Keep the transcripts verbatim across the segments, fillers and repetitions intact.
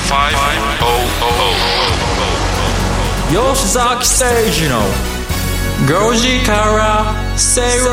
吉崎誠二のごじから正論。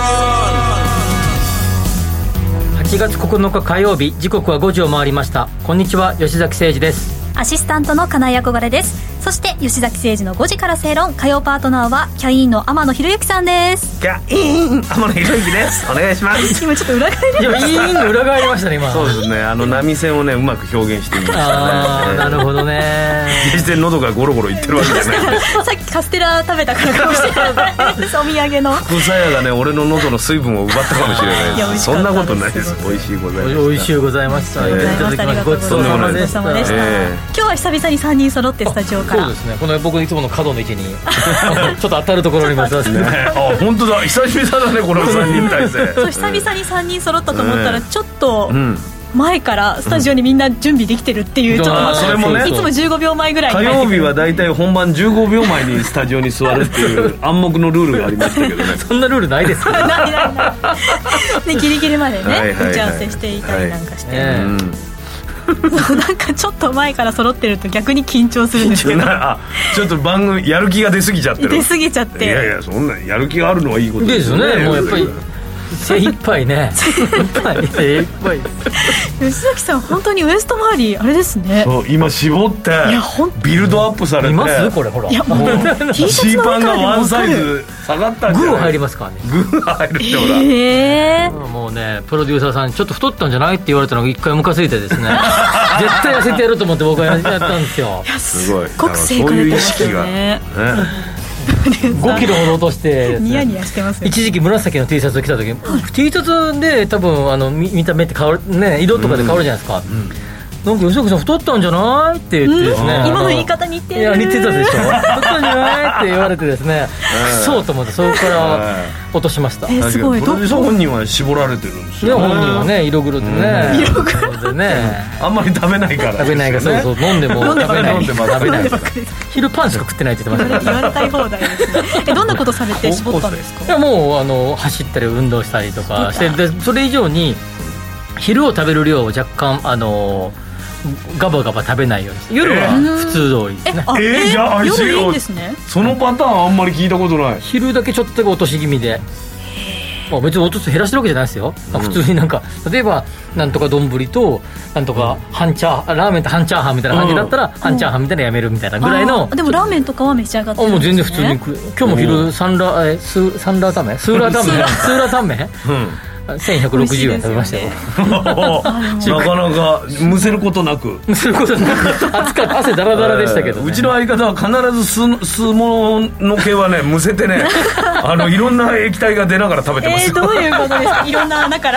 はちがつここのか火曜日、時刻はごじを回りました。こんにちは、吉崎誠二です。 アシスタントの金井憧れです。そして吉崎誠二のごじから正論、火曜パートナーはキャインの天野博之さんです。 キャイン天野博之です。お願いします。 今ちょっと裏返りました。 いや、いいの裏返りましたね今。 そうですね、あの波線をねうまく表現してみましたね。 あー、なるほどね。 決して喉がゴロゴロいってるわけじゃないんでさっきカステラ食べたからかもしれないです。お土産の副作用がね俺の喉の水分を奪ったかもしれないです。 いやそんなことないです。美味しいございました。 美味しいございました。 ありがとうございました。ありがとうございました。今日は久々にさんにん揃ってスタジオから。 そうですね、この僕いつもの角の位置にちょっと当たるところにも座ってね。 あ、本当だ、久々だねこのさんにん体制。 そう、久々にさんにん揃ったと思ったらちょっと前からスタジオにみんな準備できてるっていう、ちょっとまたそれもね、 いつもじゅうごびょうまえぐらいに火曜日はだいたい本番じゅうごびょうまえにスタジオに座るっていう暗黙のルールがありましたけどね。 そんなルールないですか。 ないないないね、ギリギリまでね、 はいはいはい、 打ち合わせしていたりなんかして、 はい、うんなんかちょっと前から揃ってると逆に緊張するんですけどあ、ちょっと番組やる気が出過ぎちゃってる。 出過ぎちゃって、 いやいや、そんなやる気があるのはいいことですよね。もうやっぱり精一杯ね。精一杯精一杯。 吉崎さん本当にウエスト周りあれですね。 そう今絞ってビルドアップされて。 いますこれほら。 いやもう T シャツの中でも分かる。ジーパンがワンサイズ下がったんじゃない。 グー入りますからね。 グー入るってほら。 えー、 もうね、プロデューサーさんにちょっと太ったんじゃないって言われたのが一回ムカついてですね。絶対痩せてやると思って僕はやったんですよ。 いやすごい。すごく成果出てますよね。 ごキロほど落としてニヤニヤしてますよ。 一時期紫の T シャツを着た時、はい、T シャツで多分あの 見, 見た目って変わる、ね、色とかで変わるじゃないですか、うんうん、なんか吉崎さん太ったんじゃないって言ってですね、 今の言い方似てる。 いや似てたでしょ。太ったんじゃないって言われてですね、そうと思ってそこから落としました。 えー、すごい。 プロデューサー本人は絞られてるんですよね。 本人はね、色黒でね、 うん、色黒でね、 あんまり食べないから、 食べないから、そうそう、飲んでも食べない、 飲んでも食べないから昼パンしか食ってないって言ってました。 言われたい放題ですね。え、どんなことされて絞ったんですか。 いやもうあの走ったり運動したりとかして、でそれ以上に昼を食べる量を若干あのガバガバ食べないようにして、夜は普通通りですね。 えー、えー、じゃあ夜いいんですね。 そのパターンあんまり聞いたことない。 昼だけちょっと落とし気味で、まあ、別に落とす減らしてるわけじゃないですよ、うん、普通になんか例えばなんとか丼となんとか半チャーラーメンと半チャーハンみたいな感じだったら、うん、半チャーハンみたいなのやめるみたいなぐらいの。 でもラーメンとかは召し上がってるんですね。 あ、もう全然普通に食う。今日も昼サンラー、えスサンラータンメンスーラータンメンスーラータンメン、うんせんひゃくろくじゅうえん食べましたよ。 なかなかむせることなくむせることなく暑かった、汗だらだらでしたけど、ね、 うちの相方は必ず吸吸うもの系はねむせてねあのいろんな液体が出ながら食べてます。 えー、どういうことですか。いろんな穴から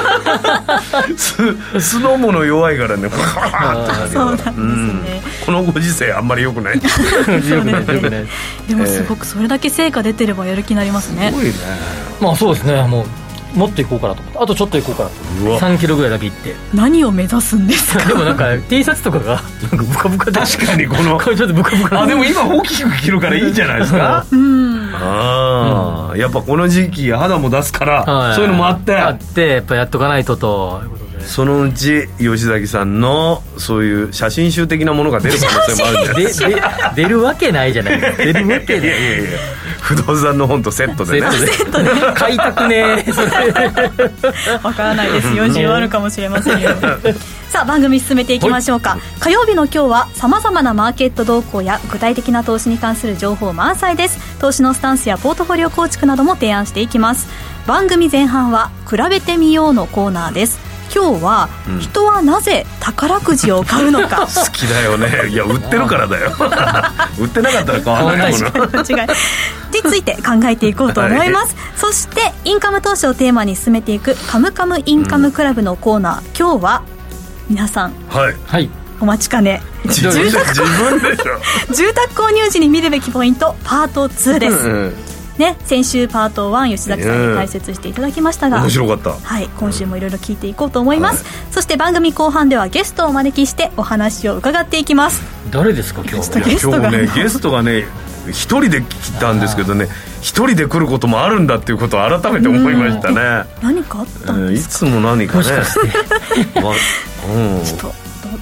酢の物弱いからね。 そうなんですね、うん、 このご時世あんまり良くない。 でもすごくそれだけ成果出てればやる気になりますね。 すごいね。 まあそうですね、もうもっと行こうかなと思って、あとちょっと行こうかなと、さんキロぐらいだけ行って。 何を目指すんですか。 でもなんか T シャツとかがなんかブカブカで、 確かにこのこれちょっとブカブカ。 あ、でも今大きく着るからいいじゃないですか。うん、あ、うん、やっぱこの時期肌も出すから、はい、そういうのもあってあってやっぱやっとかないとということで、 そのうち吉崎さんのそういう写真集的なものが出る可能性もあるんじゃないですか。 でで出るわけないじゃないですか。出るわけない。いやいやいや、 不動産の本とセットでね。 セットで買いたくねえ。わからないですよ、需要あるかもしれませんよ。さあ番組進めていきましょうか。火曜日の今日はさまざまなマーケット動向や具体的な投資に関する情報満載です。投資のスタンスやポートフォリオ構築なども提案していきます。番組前半は比べてみようのコーナーです。今日は、うん、人はなぜ宝くじを買うのか。 好きだよね。いや売ってるからだよ。売ってなかったら買わないもの。 間違いについて考えていこうと思います、はい、そしてインカム投資をテーマに進めていくカムカムインカムクラブのコーナー、うん、今日は皆さん、 はいはい、 お待ちかね、 住宅自分でしょ。 住宅購入時に見るべきポイントパートツーです、うんね、先週パートワン吉崎さんに解説していただきましたが、 面白かった、 はい、今週もいろいろ聞いていこうと思います、はい、そして番組後半ではゲストをお招きしてお話を伺っていきます。 誰ですか今日。 ゲストがね、ゲストがね一人で来たんですけどね、一人で来ることもあるんだっていうことを改めて思いましたね。 何かあったんですか、 えー、いつも何かね。 もしかして、ま、うん、ちょっと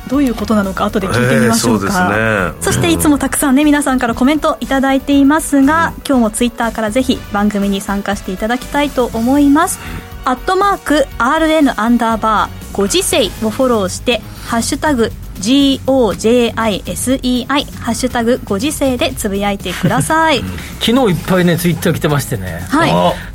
どういうことなのか後で聞いてみましょうか、 えー、そうですね、 そしていつもたくさんね皆さんからコメントいただいていますが、うん、今日もツイッターからぜひ番組に参加していただきたいと思います。アットマーク アールエヌ アンダーバーご時世をフォローしてハッシュタグ ジーオージェーアイエスイーアイ ハッシュタグご時世でつぶやいてください昨日いっぱいねツイッター来てましてね、 はい、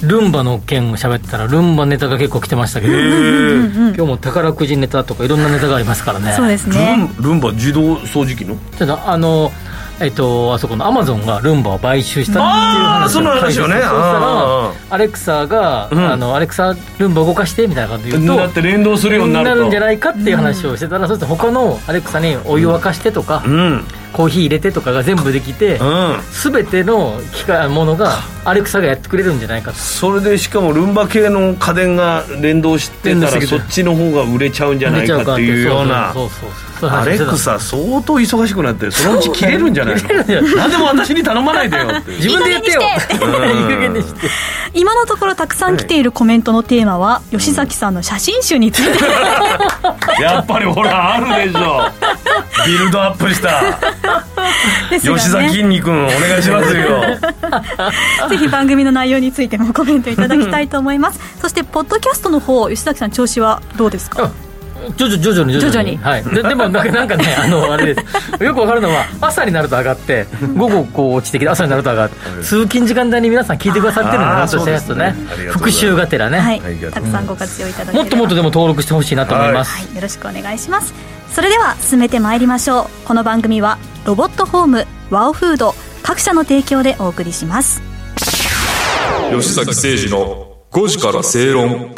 ルンバの件を喋ったらルンバネタが結構来てましたけど、今日も宝くじネタとかいろんなネタがありますからね。 そうですね。 ルン、ルンバ自動掃除機のただあのえっと、あそこのアマゾンがルンバを買収したっていう話その話よね。 そうしたらアレクサが、うん、あのアレクサルンバ動かしてみたいなこと言うとだって連動するようになるとなるんじゃないかっていう話をしてたら、うん、そして他のアレクサにお湯沸かしてとか、うん、コーヒー入れてとかが全部できて、うん、全ての機械ものがアレクサがやってくれるんじゃないかと。 それでしかもルンバ系の家電が連動してたらそっちの方が売れちゃうんじゃないかっていうような。そうそうそうそうアレクサ相当忙しくなってそのうち切れるんじゃないの何でも私に頼まないでよって自分でやってよ今のところたくさん来ているコメントのテーマは吉崎さんの写真集についてやっぱりほらあるでしょビルドアップしたね、吉崎筋肉お願いしますよぜひ番組の内容についてもコメントいただきたいと思いますそしてポッドキャストの方吉崎さん調子はどうですか？ 徐々徐々に徐々に、はい、で, でもなんかねあのあれですよく分かるのは朝になると上がって午後こう落ちてきて朝になると上がって通勤時間帯に皆さん聞いてくださってるんだなとしてますとね復習がてらね、 はい、たくさんご活用いただければ、 もっともっとでも登録してほしいなと思います、 はいはい、よろしくお願いします。それでは進めてまいりましょう。この番組はロボットホームワオフード各社の提供でお送りします。 吉崎誠二のごじから正論。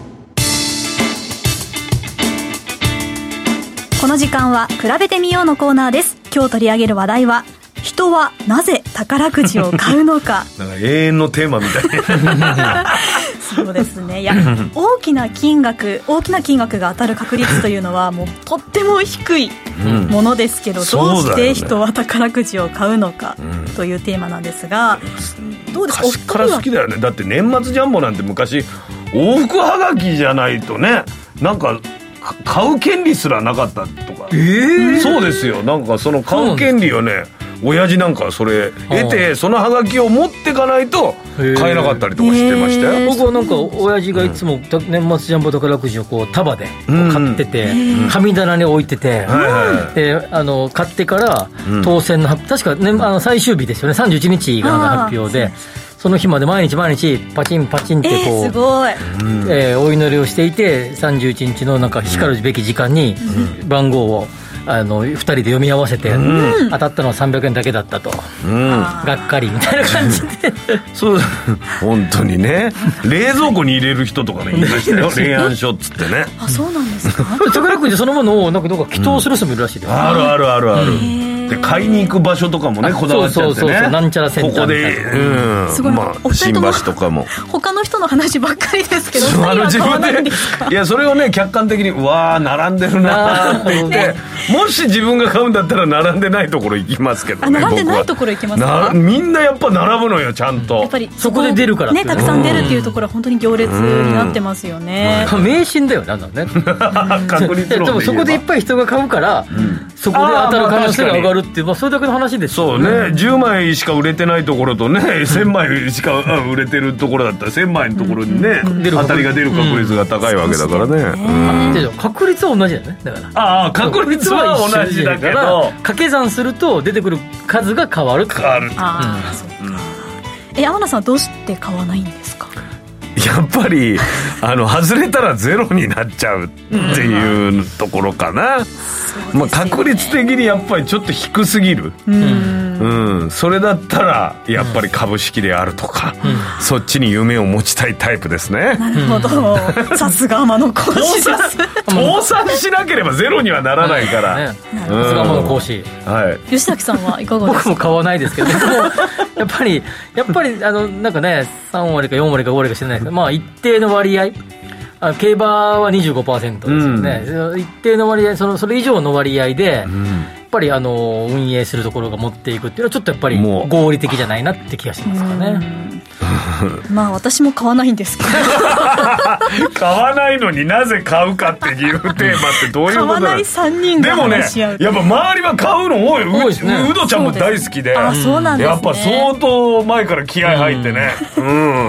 この時間は比べてみようのコーナーです。今日取り上げる話題は人はなぜ宝くじを買うのかなんか永遠のテーマみたいなそうですね。いや大きな金額大きな金額が当たる確率というのはもうとっても低いものですけど、うん、どうして人は宝くじを買うのかというテーマなんですが、うん、どうですか？ 昔から好きだよね。だって年末ジャンボなんて昔往復はがきじゃないとねなんか買う権利すらなかったとか、えー、そうですよ。なんかその買う権利をね親父なんかそれ得てそのハガキを持ってかないと買えなかったりとかしてましたよ。 僕はなんか親父がいつも年末ジャンボ宝くじをこう束でこう買ってて神棚に置いてて、であの買ってから当選の確か、ね、あの最終日ですよねさんじゅういちにちが発表でその日まで毎日毎日パチンパチンってこう、 えー、すごい、 えー、お祈りをしていてさんじゅういちにちのなんか光るべき時間に番号をあのふたりで読み合わせて、うん、当たったのはさんびゃくえんだけだったと、うん、がっかりみたいな感じでそう本当にね冷蔵庫に入れる人とかね言いましたよ冷暗所っつってね。 あそうなんですか宝くじそのものをなんかどうか祈祷する人もいるらしいです、 うん、あるあるあるある。で買いに行く場所とかもねこだわっちゃってね。そうそうそうなんちゃらセンターみたいな。 ここで、うん、すごい、まあ、新橋とかも他の人の話ばっかりですけどあの自分でいやそれをね客観的にうわー並んでるなって言って、ね、もし自分が買うんだったら並んでないところ行きますけどね。 並んでないところ行きますか？ みんなやっぱ並ぶのよちゃんと。 やっぱりそこで出るからねたくさん出るっていうところは本当に行列になってますよね。 迷信だよなんだね確率論ででもそこでいっぱい人が買うから、うん、そこで当たる可能性が上がるっていう、まあ、それだけの話ですよね。そうねじゅうまいしか売れてないところとねせんまいしか売れてるところだったらせんまいのところにね、うん、当たりが出る確率が高いわけだからね、 うんうん、確率は同じだよね。だからああ確率は同じだけど掛け算すると出てくる数が変わる変わる。 ああ、うん、そうか、うん、え天野さんはどうして買わないんですか？ やっぱりあの外れたらゼロになっちゃうっていうところかな、うんまあ、確率的にやっぱりちょっと低すぎる、うんうん、それだったらやっぱり株式であるとか、うん、そっちに夢を持ちたいタイプですね。 なるほど、うん、さすが天野講師です倒産しなければゼロにはならないから、 ね、さすが天野講師、 はい、吉崎さんはいかがですか？ 僕も買わないですけどやっぱりやっぱりあのなんかねさんわりかよんわりかごわりか知らないですけど、まあ、一定の割合あ競馬は にじゅうごパーセント ですよね、うん、一定の割合 そのそれ以上の割合で、うん、やっぱりあの運営するところが持っていくっていうのはちょっとやっぱり合理的じゃないなって気がしますかね。 まあ私も買わないんですけど買わないのになぜ買うかっていうテーマってどういうことなの？ 買わないさんにんが話し合う。 でもね、やっぱ周りは買うの多い。 多いですね。 うどちゃんも大好きで。 あ、そうなんですね。 やっぱ相当前から気合入ってね。うん。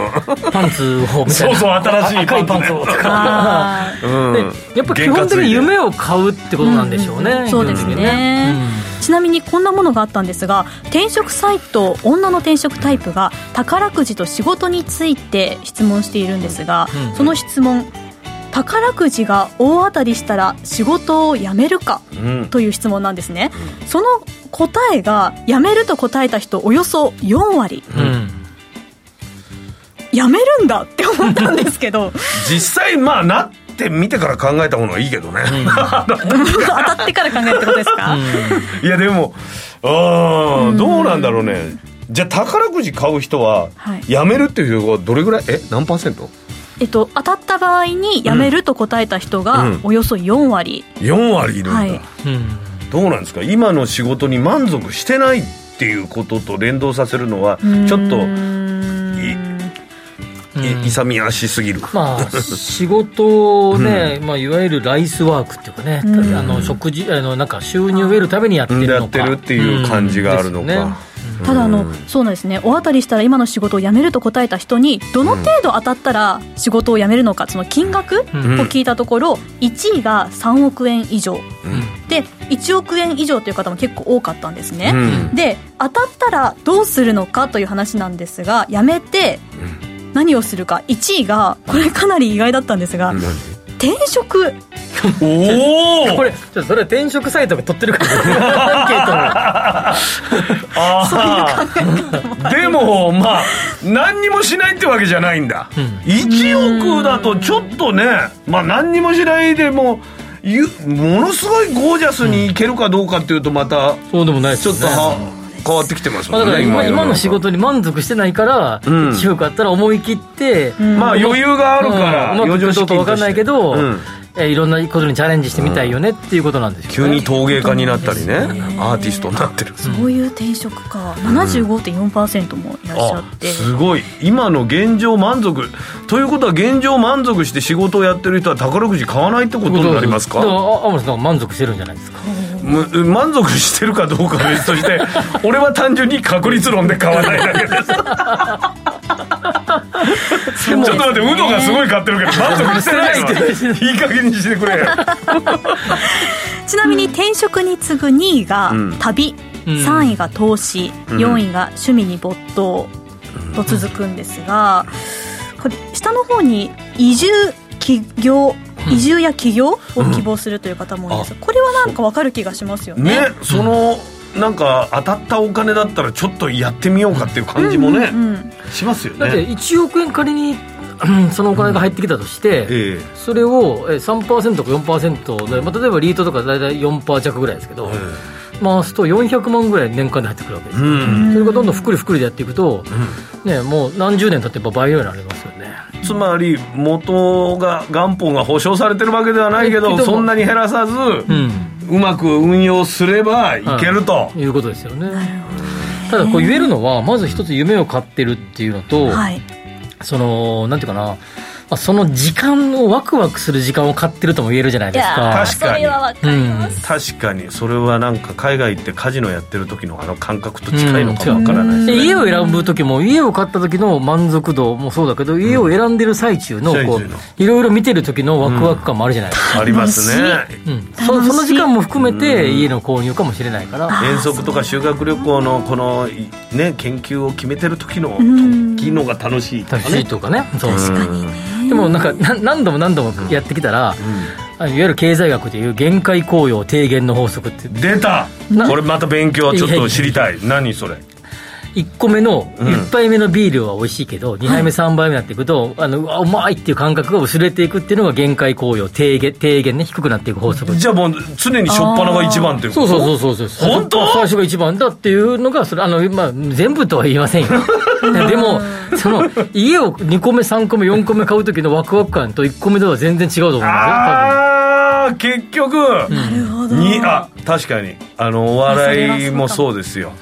パンツをみたいな。 そうそう、新しい赤いパンツをとか。 うん。 でやっぱ基本的に夢を買うってことなんでしょうね。 うんうん、そうですね。うん、ちなみにこんなものがあったんですが、転職サイト女の転職タイプが宝くじと仕事について質問しているんですが、うんうん、その質問、宝くじが大当たりしたら仕事を辞めるか、うん、という質問なんですね、うん、その答えが辞めると答えた人およそよんわり、うん、辞めるんだって思ったんですけど実際まあなってみてから考えた方がいいけどね、うん、当たってから考えるってことですか、 うん、いやでもあ、うん、どうなんだろうね。じゃあ宝くじ買う人は辞めるっていうのはどれぐらい、え何パーセント？ えっと、当たった場合に辞めると答えた人がおよそよんわり、 うん、よんわりいるんだ、はい、 うん、 どうなんですか。今の仕事に満足してないっていうことと連動させるのはちょっと勇み足すぎる、 まあ、仕事をね、うん、まあ、いわゆるライスワークっていうかね、うん、あの食事あのなんか収入を得るためにやってるのか、 やってるっていう感じがあるのか、うん、 ただあの、そうなんですね、お当たりしたら今の仕事を辞めると答えた人にどの程度当たったら仕事を辞めるのか、その金額を聞いたところ、いちいがさんおくえん以上、うん、でいちおくえん以上という方も結構多かったんですね、うん、で当たったらどうするのかという話なんですが、辞めて何をするか、いちいがこれかなり意外だったんですが、転職。 おおこれちょっとそれ転職サイトが取ってるからアンケートあそういう考え方でもまあ何にもしないってわけじゃないんだ、うん、いちおくだとちょっとね、まあ何にもしないでもものすごいゴージャスにいけるかどうかっていうとまた、うん、 そうでもないですね、 ちょっとは変わってきてますもんね。 だから今、今の仕事に満足してないから、うん、いちおくあったら思い切って、 うん、まあ余裕があるから、 うん、うまくいくかどうか分かんないけど、うん、えいろんなことにチャレンジしてみたいよねっていうことなんですよね、 急に陶芸家になったりね、アーティストになってる、 そういう転職か ななじゅうごてんよんパーセント もいらっしゃって、 うん、すごい。今の現状満足ということは、現状満足して仕事をやってる人は宝くじ買わないってことになりますか。 だから天野さんは満足してるんじゃないですか。 満足してるかどうかは別として俺は単純に確率論で買わないだけですちょっと待って、ウドがすごい買ってるけど満足してないのいい加減にしてくれよちなみに転職に次ぐにいが旅、うん、さんいが投資、うん、よんいが趣味に没頭と続くんですが、これ下の方に移住起業、移住や起業を希望するという方も多いんですが、うん、これはなんか分かる気がしますよね。 ね、そのなんか当たったお金だったらちょっとやってみようかっていう感じもね、うんうんうん、しますよね。 だっていちおくえん仮にそのお金が入ってきたとして、うんええ、それを さんパーセント か よんパーセント で、まあ、例えばリートとかだいたい よんパーセント 弱ぐらいですけど、ええ、回すとよんひゃくまんぐらい年間で入ってくるわけです、うん、それがどんどんふくりふくりでやっていくと、うんね、もう何十年経って倍になりますよね。 つまり元が元本が保証されてるわけではないけど、そんなに減らさず、うん、うまく運用すればいけると、 はい、いうことですよね。ただこう言えるのは、まず一つ夢を買ってるっていうのと、はい、そのなんていうかな、その時間をワクワクする時間を買ってるとも言えるじゃないですか。 確かに、 それはわかります、 うん、確かにそれはなんか海外行ってカジノやってる時のあの感覚と近いのかもわからないですね、 うん、で家を選ぶ時も家を買った時の満足度もそうだけど、家を選んでる最中のこういろいろ見てる時のワクワク感もあるじゃないですか、うん、 ありますね、 うん、そ, その時間も含めて家の購入かもしれないから、 遠足とか修学旅行のこの、ね、研究を決めてる時の時のが楽しいとかね、 楽しいとかね、そう確かにね。 でもなんか何度も何度もやってきたら、うん、いわゆる経済学でいう限界効用低減の法則って出た。これまた勉強ちょっと知りたい。何それ。 いっこめのいっぱいめのビールは美味しいけど、うん、にはいめさんばいめになっていくと、あのうわうまいっていう感覚が薄れていくっていうのが限界効用低減、低減ね、低くなっていく法則。 じゃあもう常に初っ端が一番っていうこと。 そうそうそうそうそう。 本当？ 最初が一番だっていうのがそれ、あの、まあ、全部とは言いませんよでもその家をにこめさんこめよんこめ買う時のワクワク感といっこめでは全然違うと思うんですよ。 ああ結局、 なるほど。 にあ確かにあのお笑いもそうですよ、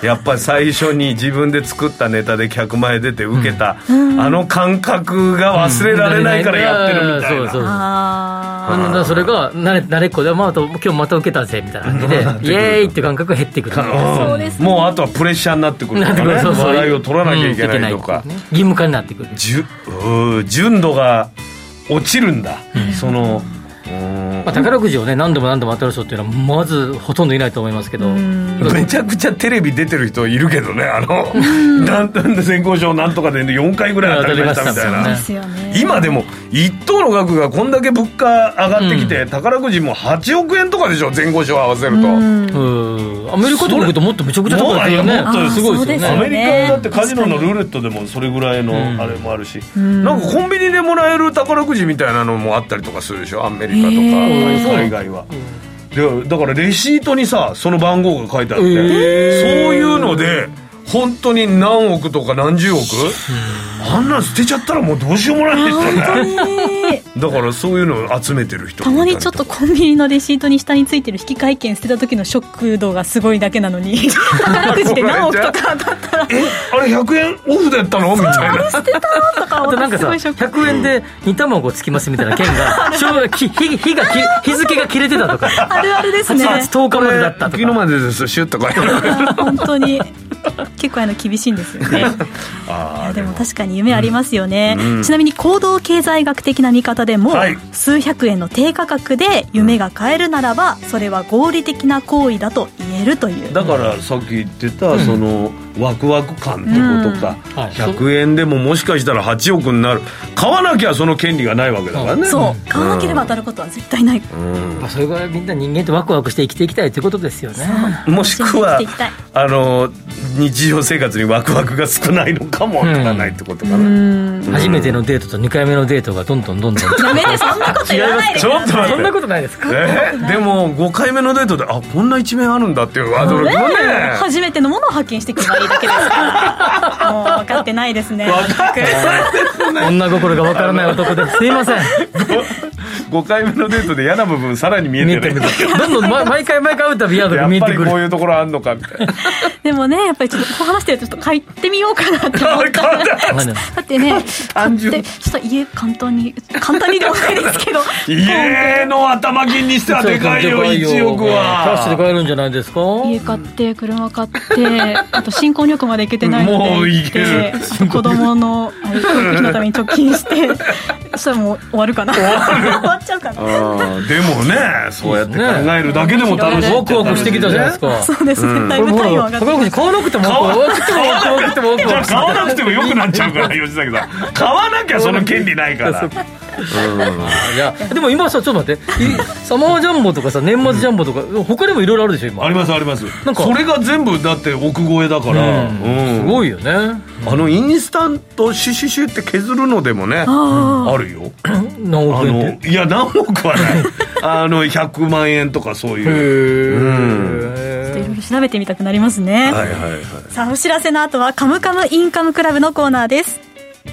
やっぱり最初に自分で作ったネタで客前出て受けた、うん、あの感覚が忘れられないからやってるみたいな、うん、そうそうあそれが慣れ、慣れっこで、まあ、あと今日また受けたぜみたいな感じでイエーイっていう感覚が減ってくる、 そうですね、 もうあとはプレッシャーになってくるとかね、笑いを取らなきゃいけないとか、 うんね、義務化になってくる、 じゅ純度が落ちるんだ、うん、そのまあ、宝くじをね何度も何度も当たる人っていうのはまずほとんどいないと思いますけど、 めちゃくちゃテレビ出てる人いるけどね、あのなんと先行賞なんとかでよんかいぐらい当たりましたみたいな、今でも一等の額がこんだけ物価上がってきて、うん、宝くじもはちおくえんとかでしょ、前後賞合わせると、うんうんアメリカとか行くともっとめちゃくちゃ高いですよね、 もっとすごいですよね、アメリカだってカジノのルーレットでもそれぐらいのあれもあるし、うん、なんかコンビニでもらえる宝くじみたいなのもあったりとかするでしょ、アメリカとか海外は、うん、でだからレシートにさその番号が書いてあって、えー、そういうので本当に何億とか何十億、うん、あんなん捨てちゃったらもうどうしようもないですよねだからそういうのを集めてる人たまにちょっとコンビニのレシートに下についてる引換券捨てた時のショック度がすごいだけなのに宝くじで何億とか当たったらえあれひゃくえんオフだったのみたいな、あれ捨てたとかあとなんかさひゃくえんで煮卵つきますみたいな券が日, 日, 日, が日付が切れてたとかあるあるですね、 はちがつとおかまでだったとか、 昨日までですシュッとか本当に結構あの厳しいんですよねあいやでも確かに夢ありますよね、うん、ちなみに行動経済学的な見方でも、はい、数百円の低価格で夢が買えるならばそれは合理的な行為だと言えるという、 だからさっき言ってた、うん、そのワクワク感ってことか、うん、ひゃくえんでももしかしたらはちおくになる、買わなきゃその権利がないわけだからね、 そう買わなければ当たることは絶対ない、 うんまあ、それぐらいみんな人間とワクワクして生きていきたいということですよね、 もしくはあの日常生活にワクワクが少ないのかもわからないってことかな、うんうん、初めてのデートとにかいめのデートがどんどんどんどんダメでそんなこと言わないでちょっと待ってそんなことないですか、 えー、でもごかいめのデートであこんな一面あるんだっていう驚きもね、 初めてのものを発見してくればいいだけですからもう分かってないですね、 分かってない、 女心が分からない男です、すいませんごかいめのデートで嫌な部分さらに見えてるどんどん、ま、毎回毎回会うたび嫌な部分見えてくる、 やっぱりこういうところあんのかみたいなでもねやっぱりちょっとこう話してるとちょっと買ってみようかなって思っただってね買ってちょっと家簡単に簡単にでもないですけど家の頭金にしてはでかいよいちおくはキャッシュで買えるんじゃないですか、 家買って車買ってあと新婚旅行まで行けてないのでもう行ける子供の日のために貯金してそしたらもう終わるかな終わっちゃうかなあでもねそうやって考えるだけでも楽しい、 ワクワクしてきたじゃないですか、 そうですね、うん、だいぶ体温上がって宝くじ買わなくても買わなくてもじゃあ買わなくてもよくなっちゃうから吉崎さん買わなきゃその権利ないからうん、いやでも今さちょっと待ってサマージャンボとかさ年末ジャンボとか、うん、他にもいろいろあるでしょ今、 ありますあります、なんかそれが全部だって億超えだから、 うんうん、すごいよね、 あのインスタントシュシュシュって削るのでもね、あ, あるよ何億円っていや何億はないあのひゃくまんえんとかそういうへえ、うん、ちょっといろいろ調べてみたくなりますね、 はいはいはい、 さあお知らせの後はカムカムインカムクラブのコーナーです。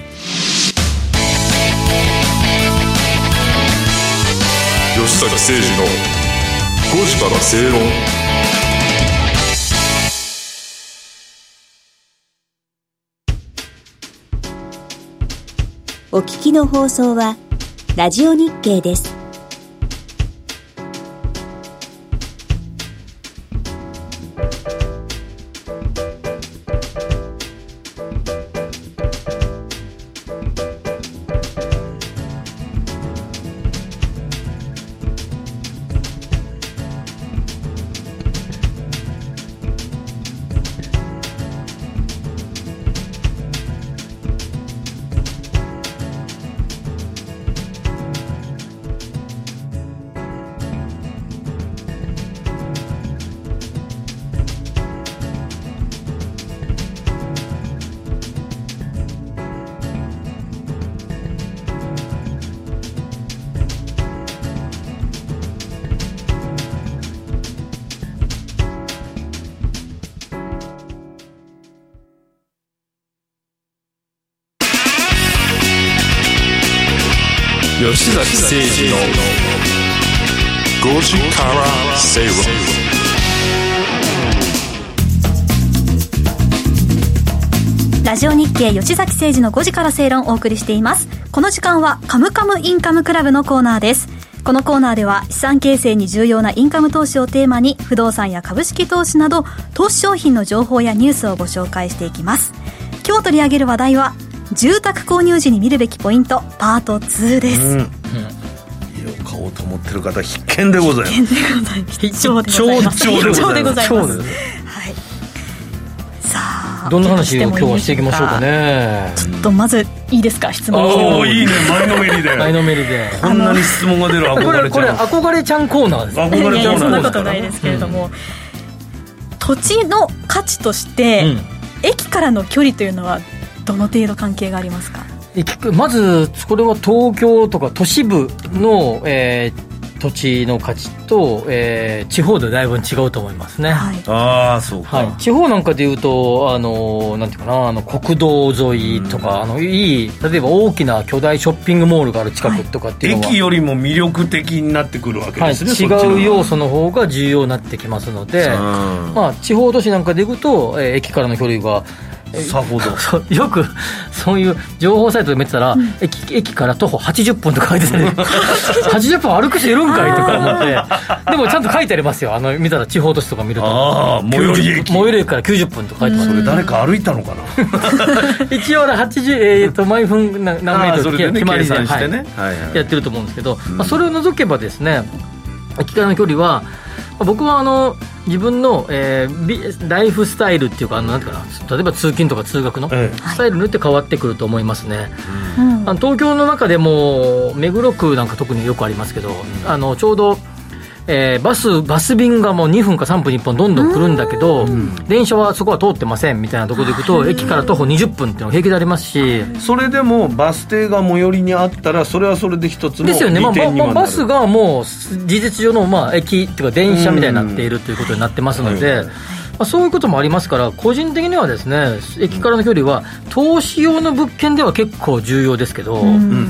吉坂誠二のごじから正論。 お聞きの放送はラジオ日経です。 吉崎誠二のごじから正論。 ラジオ日経吉崎誠二のごじから正論をお送りしています。この時間はカムカムインカムクラブのコーナーです。このコーナーでは資産形成に重要なインカム投資をテーマに不動産や株式投資など投資商品の情報やニュースをご紹介していきます。今日取り上げる話題は住宅購入時に見るべきポイントパートツーです。うん、うん、家を買おうと思ってる方必見でございます。 必見でございます。必聴でございます。必聴でございます。はい。さあどんな話を今日はしていきましょうかね。 ちょっとまずいいですか、質問。 おお、いいね、前のめりで前のめりでこんなに質問が出る憧れちゃん。これこれ憧れちゃんコーナーです。 憧れちゃん。そんなことないですけれども、うん、土地の価値として、うん、駅からの距離というのはどの程度関係がありますか？ まずこれは東京とか都市部の、えー土地の価値と、えー、地方でだいぶ違うと思いますね。はい、 ああ、そうか、 はい、地方なんかでいうとあのなんていうかな、あの国道沿いとか、うん、あのいい例えば大きな巨大ショッピングモールがある近くとかっていうのは、 はい、駅よりも魅力的になってくるわけですね。 はい、違う要素の方が重要になってきますので、まあ、地方都市なんかでいうと、えー、駅からの距離がさほどよくそういう情報サイトで見てたら、うん、駅, 駅から徒歩はちじゅっぷんとか書いてたりはちじゅっぷん歩く人いるんかいとか思ってでもちゃんと書いてありますよ。あの見たら地方都市とか見ると、 ああ、最寄り駅最寄り駅からきゅうじゅっぷんとか書いてます。 それ誰か歩いたのかな一応はちじゅう、えー、と毎分何メートル決まりで、 ね、してね、 はいはいはい、やってると思うんですけど、うん、まあ、それを除けばですね、駅からの距離は僕はあの自分の、えー、ライフスタイルっていうか、あのなんていうかな、例えば通勤とか通学のスタイルによって変わってくると思いますね。うん、あの東京の中でも目黒区なんか特によくありますけど、うん、あのちょうど、えー、バスバス便がもうにふんかさんぷんにいっぽんどんどん来るんだけど、うん、電車はそこは通ってませんみたいなところで行くと、駅から徒歩にじゅっぷんっていうのが平気でありますし、 それでもバス停が最寄りにあったらそれはそれで一つの利点にはなる。 ですよね。まあ、バスがもう事実上の、まあ、駅っていうか電車みたいになっているということになってますので、うん、まあ、そういうこともありますから、個人的にはですね、駅からの距離は投資用の物件では結構重要ですけど、うん、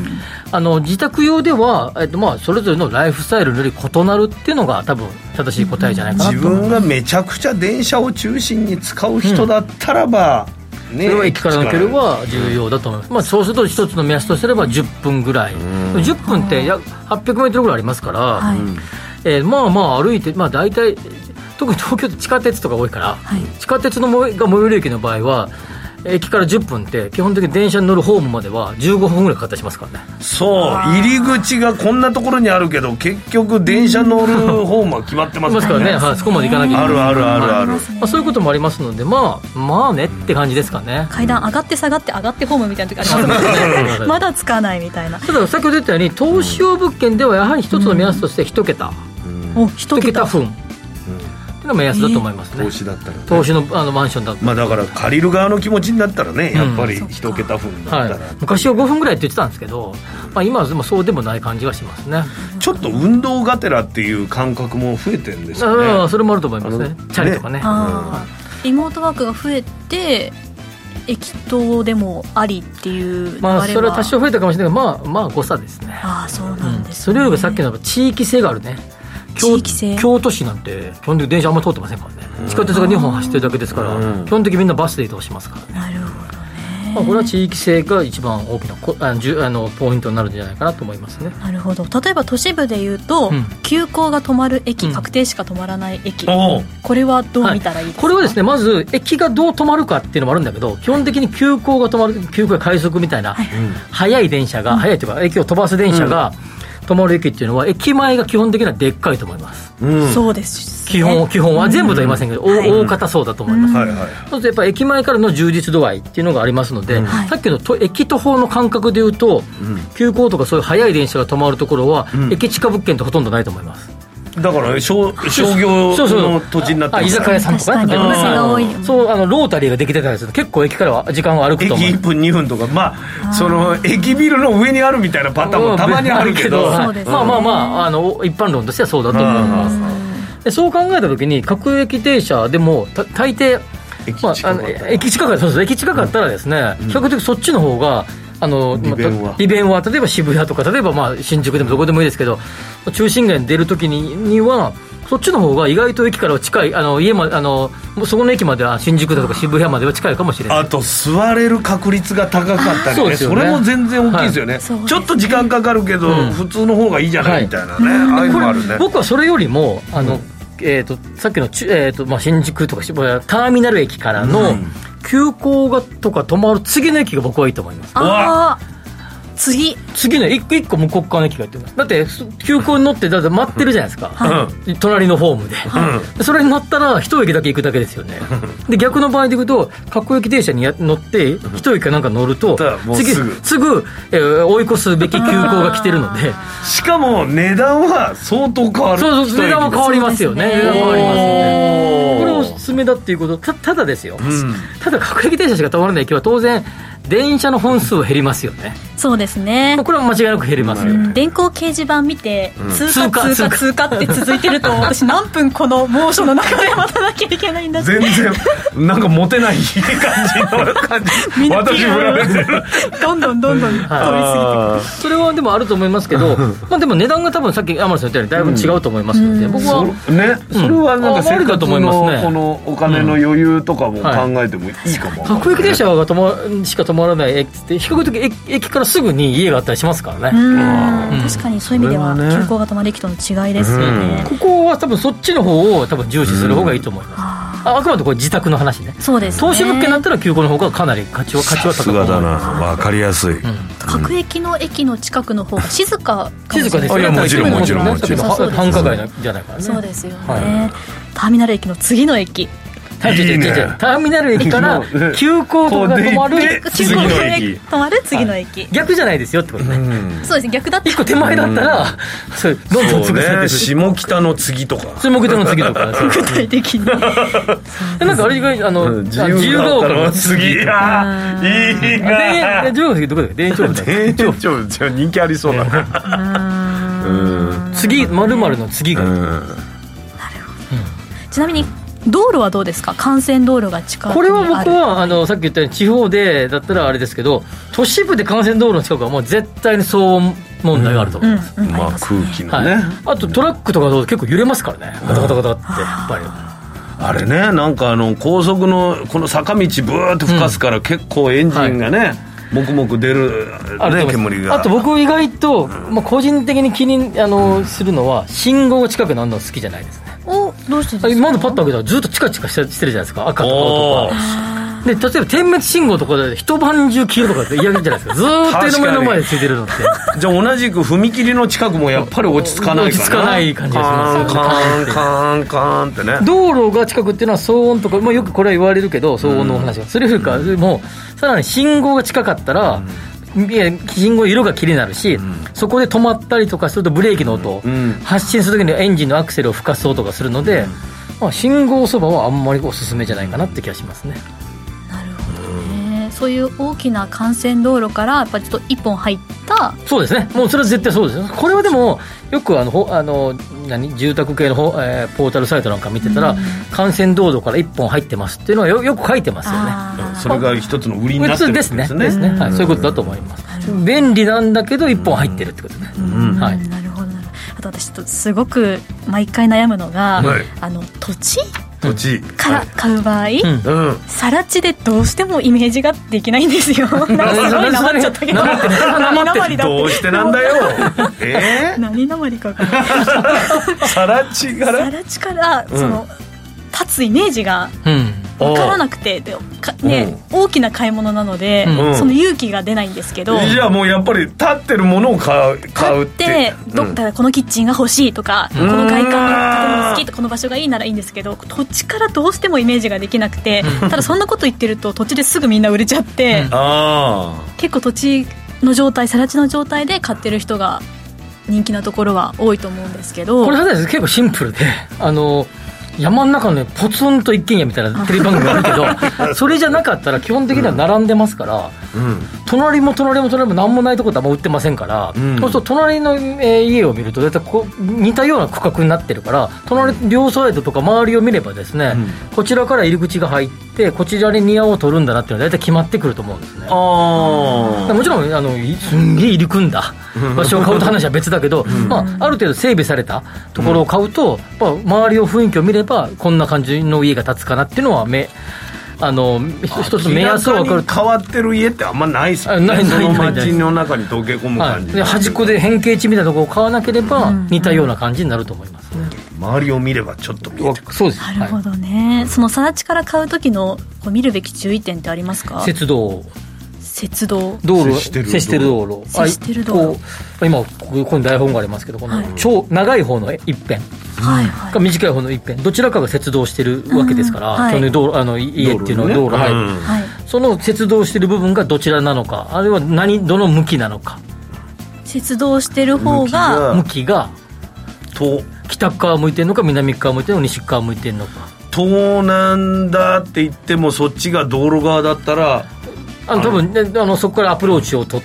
あの自宅用では、えっと、まあそれぞれのライフスタイルより異なるっていうのが多分正しい答えじゃないかなと。 自分がめちゃくちゃ電車を中心に使う人だったらば、 うん、ね、それは駅からの距離は重要だと思います。まあ、そうすると一つの目安とすればじゅっぷんぐらい、うん、じゅっぷんって約はっぴゃくメートルぐらいありますから、はい、えー、まあまあ歩いて、まあ、大体特に東京って地下鉄とか多いから、はい、地下鉄のが最寄り駅の場合は駅からじゅっぷんって基本的に電車に乗るホームまではじゅうごふんぐらいかかったりしますからね。 そう、入り口がこんなところにあるけど結局電車乗るホームは決まってますからね。 はい、そこまで行かなきゃいけない。 あるあるあるある、はい、 まあ、そういうこともありますので、まあまあねって感じですかね。 階段上がって下がって上がってホームみたいな時ありますもんねまだつかないみたいな。 ただ先ほど言ったように投資用物件ではやはり一つの目安として一桁、 うん、お一桁分っていうのが目安だと思いますね。 投資だったら、ね、 投資 の, あのマンションだったら、 まあ、だから借りる側の気持ちになったらね、やっぱり一桁分だったら、うん、はい、 昔はごふんぐらいって言ってたんですけど、まあ、今はでもそうでもない感じがしますね。 ちょっと運動がてらっていう感覚も増えてるんですよね。 あ、それもあると思いますね。チャリとかね、ね、 あ、うん、リモートワークが増えて駅頭でもありっていう流れは、 まあ、それは多少増えたかもしれないけど、まあまあ誤差ですね。 ああ、そうなんですね、うん、それよりさっきの地域性があるね。京, 京都市なんて基本的に電車あんまり通ってませんからね。地下鉄がにほん走ってるだけですから、基本的にみんなバスで移動しますからね。 なるほどね。 まあ、これは地域性が一番大きなこあのあのポイントになるんじゃないかなと思いますね。 なるほど。例えば都市部でいうと、うん、急行が止まる駅、うん、確定しか止まらない駅、うん、これはどう見たらいいですか？ はい、これはですね、まず駅がどう止まるかっていうのもあるんだけど、基本的に急行が止まる、急行や快速みたいな、はい、速い電車が、うん、速いというか駅を飛ばす電車が、うん、止まる駅っていうのは駅前が基本的にはでっかいと思います。 うん、そうです、 ね、基本基本は全部とは言いませんけど、うん、大方そうだと思います。はい、はい、そうするとやっぱり駅前からの充実度合いっていうのがありますので、うん、さっきのと駅徒歩の感覚でいうと、うん、急行とかそういう速い電車が止まるところは、うん、駅近物件ってほとんどないと思います。 だから商, 商業の土地になってます、ね、 居酒屋さんとかね、そう、あのロータリーができてたりすると結構駅からは時間を歩くと思う。 駅いっぷんにふんとか、まあ、その駅ビルの上にあるみたいなパターンもたまにあるけど、 はい、まあまあまあ、あの一般論としてはそうだと思います。でそう考えたときに各駅停車でもた大抵駅近かったら、まあ、駅近かったそうです駅近かったらですね、うん、比較的そっちの方があの利便は、利便は例えば渋谷とか例えばまあ新宿でもどこでもいいですけど、中心街に出るときに、にはそっちの方が意外と駅からは近い、あの家まあのそこの駅までは新宿だとか渋谷までは近いかもしれない。 あと座れる確率が高かったり ね, そ, ねそれも全然大きいですよね、はい、ちょっと時間かかるけど、うん、普通の方がいいじゃないみたいなね、はい、ああいうのもあるね。 僕はそれよりもあの、うんえー、とさっきの、えーとまあ、新宿とか渋谷ターミナル駅からの急行がとか止まる次の駅が僕はいいと思います。 ああ次次のいっこいっこ向こう側の駅がやってます。だって急行に乗ってだって待ってるじゃないですか、うん、隣のホームで、うん、それに乗ったら一駅だけ行くだけですよね。で逆の場合で行くと各駅電車にや乗って一駅かなんか乗ると次すぐ、えー、追い越すべき急行が来てるのでしかも値段は相当変わる。 そうそう値段は変わりますよね。値段変わりますよね。これおすすめだっていうこと た, ただですよ、うん、ただ各駅電車しか止まらない駅は当然電車の本数は減りますよね。 そうですね。 これは間違いなく減りますよ、うん、 電光掲示板見て、うん、通過通過通過って続いてると私何分この猛暑の中で待たなきゃいけないんだって全然なんかモテない感じの感じ私振られてるどんどんどんどん通り過ぎてそれはでもあると思いますけどまあでも値段が多分さっき天野さん言ったようにだいぶ違うと思いますので、うん、僕はそ,、ね、それはなんか生活のこのお金の余裕とかも考えてもいいかも、 うんはい、各駅電車が止ましか止まらない駅って比較的 駅, 駅からすぐに家があったりしますからね。 うん、うん、確かにそういう意味では急行が止まる駅との違いですよね、 うん、ここは多分そっちの方を多分重視する方がいいと思います、うん、あ, あくまでこれ自宅の話ね。 そうですね。 投資物件だったら急行の方がかなり価値は価値は高い。さすがだな分かりやすい、うん、 各駅の駅の近くの方が静かかもしれない。 静かですよね。 もちろんもちろんもちろん繁華街じゃないからね。 そうですよね、 はい、 ターミナル駅の次の駅いいね、ターミナル駅から急行とかが止まる次の駅止まる次の駅、 はい、逆じゃないですよってことね、うん、 そうですね。逆だったいっこ手前だったら、うん、それどんどん潰されてる、 下北の次とか下北の次とか具体的になんかあれがあの、うん、自由が丘の次あいいな自由が丘の次どこだっけ。田園調布だっけ。 田園調布人気ありそうだなうん次〇〇の次が、うん、なるほど、うん、 ちなみに道路はどうですか。幹線道路が近くにある。 これは僕はあのさっき言ったように地方でだったらあれですけど都市部で幹線道路の近くはもう絶対に騒音問題があると思います、 うんうんうん、まあ空気のね、 はい、あとトラックとかだと結構揺れますからねガタガタガタってやっぱりあれねなんかあの高速のこの坂道ブーって吹かすから結構エンジンがね、うんはいもくもく出る、ね、煙が。 あと僕意外と、まあ、個人的に気にあの、うん、するのは信号が近くなるのは好きじゃないですね。 おどうしてですか。 まだパッと開けたらずっとチカチカしてるじゃないですか。赤とか青とかで例えば点滅信号とかで一晩中消えるとかって嫌じゃないですか。ずーっと目の前でついてるのってじゃあ同じく踏切の近くもやっぱり落ち着かないかな。 落ち着かない感じがしますよね。 カーンカーンカーンってね。 道路が近くっていうのは騒音とか、まあ、よくこれは言われるけど騒音の話が、うん、それよりかもうさらに信号が近かったら、うんいや信号色が気になるし、うん、そこで止まったりとかするとブレーキの音、うん、発進するときにエンジンのアクセルを吹かす音がするので、うんまあ、信号そばはあんまりおすすめじゃないかなって気がしますね。 なるほどね。そういう大きな幹線道路からやっぱりちょっと一本入ったそうですね。もうそれは絶対そうです。これはでもよくあのあの何住宅系の、えー、ポータルサイトなんか見てたら、うん、幹線道路から一本入ってますっていうのは よ, よく書いてますよね。 それが一つの売りになってるんですね。 ですね。ですね、はい、そういうことだと思います。便利なんだけど一本入ってるってことね、 うんはい、なるほど。あと私ちょっとすごく毎回悩むのが、はい、あの土地土地から買う場合、はいうん、更地でどうしてもイメージができないんですよ。なんかすごいなまっちゃったけど何どうしてなんだよえー、 何なまりか分からない更地から更地からその、うん、立つイメージが分からなくて、でかね、大きな買い物なので、うん、その勇気が出ないんですけど、 じゃあもうやっぱり立ってるものを買う買うって買ってどっかこのキッチンが欲しいとか、うん、この外観が好きとかこの場所がいいならいいんですけど、土地からどうしてもイメージができなくて、ただそんなこと言ってると土地ですぐみんな売れちゃって、うん、あ結構土地の状態更地の状態で買ってる人が人気なところは多いと思うんですけど、 これは結構シンプルであの山の中の、ね、ポツンと一軒家みたいなテレビ番組があるけどそれじゃなかったら基本的には並んでますから、うん、 隣も隣も隣も何もないところってあんま売ってませんから、うん、そうすると隣の、えー、家を見ると大体こう似たような区画になってるから、隣両サイドとか周りを見ればですね、うん、こちらから入り口が入ってこちらに庭を取るんだなっていうのは大体決まってくると思うんですね。あもちろんあのすんげえ入り組んだ場所を買うと話は別だけど、うんまあ、ある程度整備されたところを買うと、うん、周りを雰囲気を見ればこんな感じの家が建つかなっていうのは目あの一つ目安を分かる。 変わってる家ってあんまないですもんね。ないないないない。その街の中に溶け込む感じ、 はい、で端っこで変形地みたいなところを買わなければ似たような感じになると思いますね、 うん、周りを見ればちょっと見えてくる。 そうです。 なるほどね、はい、その更地から買う時のこう見るべき注意点ってありますか？ 雪道雪道道路接してる道路接してる道路今ここに台本がありますけどこの超長い方の一辺はいはい、短い方の一辺どちらかが接道してるわけですから、うんはい、基本的に道路あの家っていうのは道路、ねはいうんはい、その接道してる部分がどちらなのかあるいは何どの向きなのか。 接道してる方が向きがと北側向いてるのか南側向いてるのか西側向いてるのか。 東南だって言ってもそっちが道路側だったらあの多分、ね、あのそこからアプローチを取って、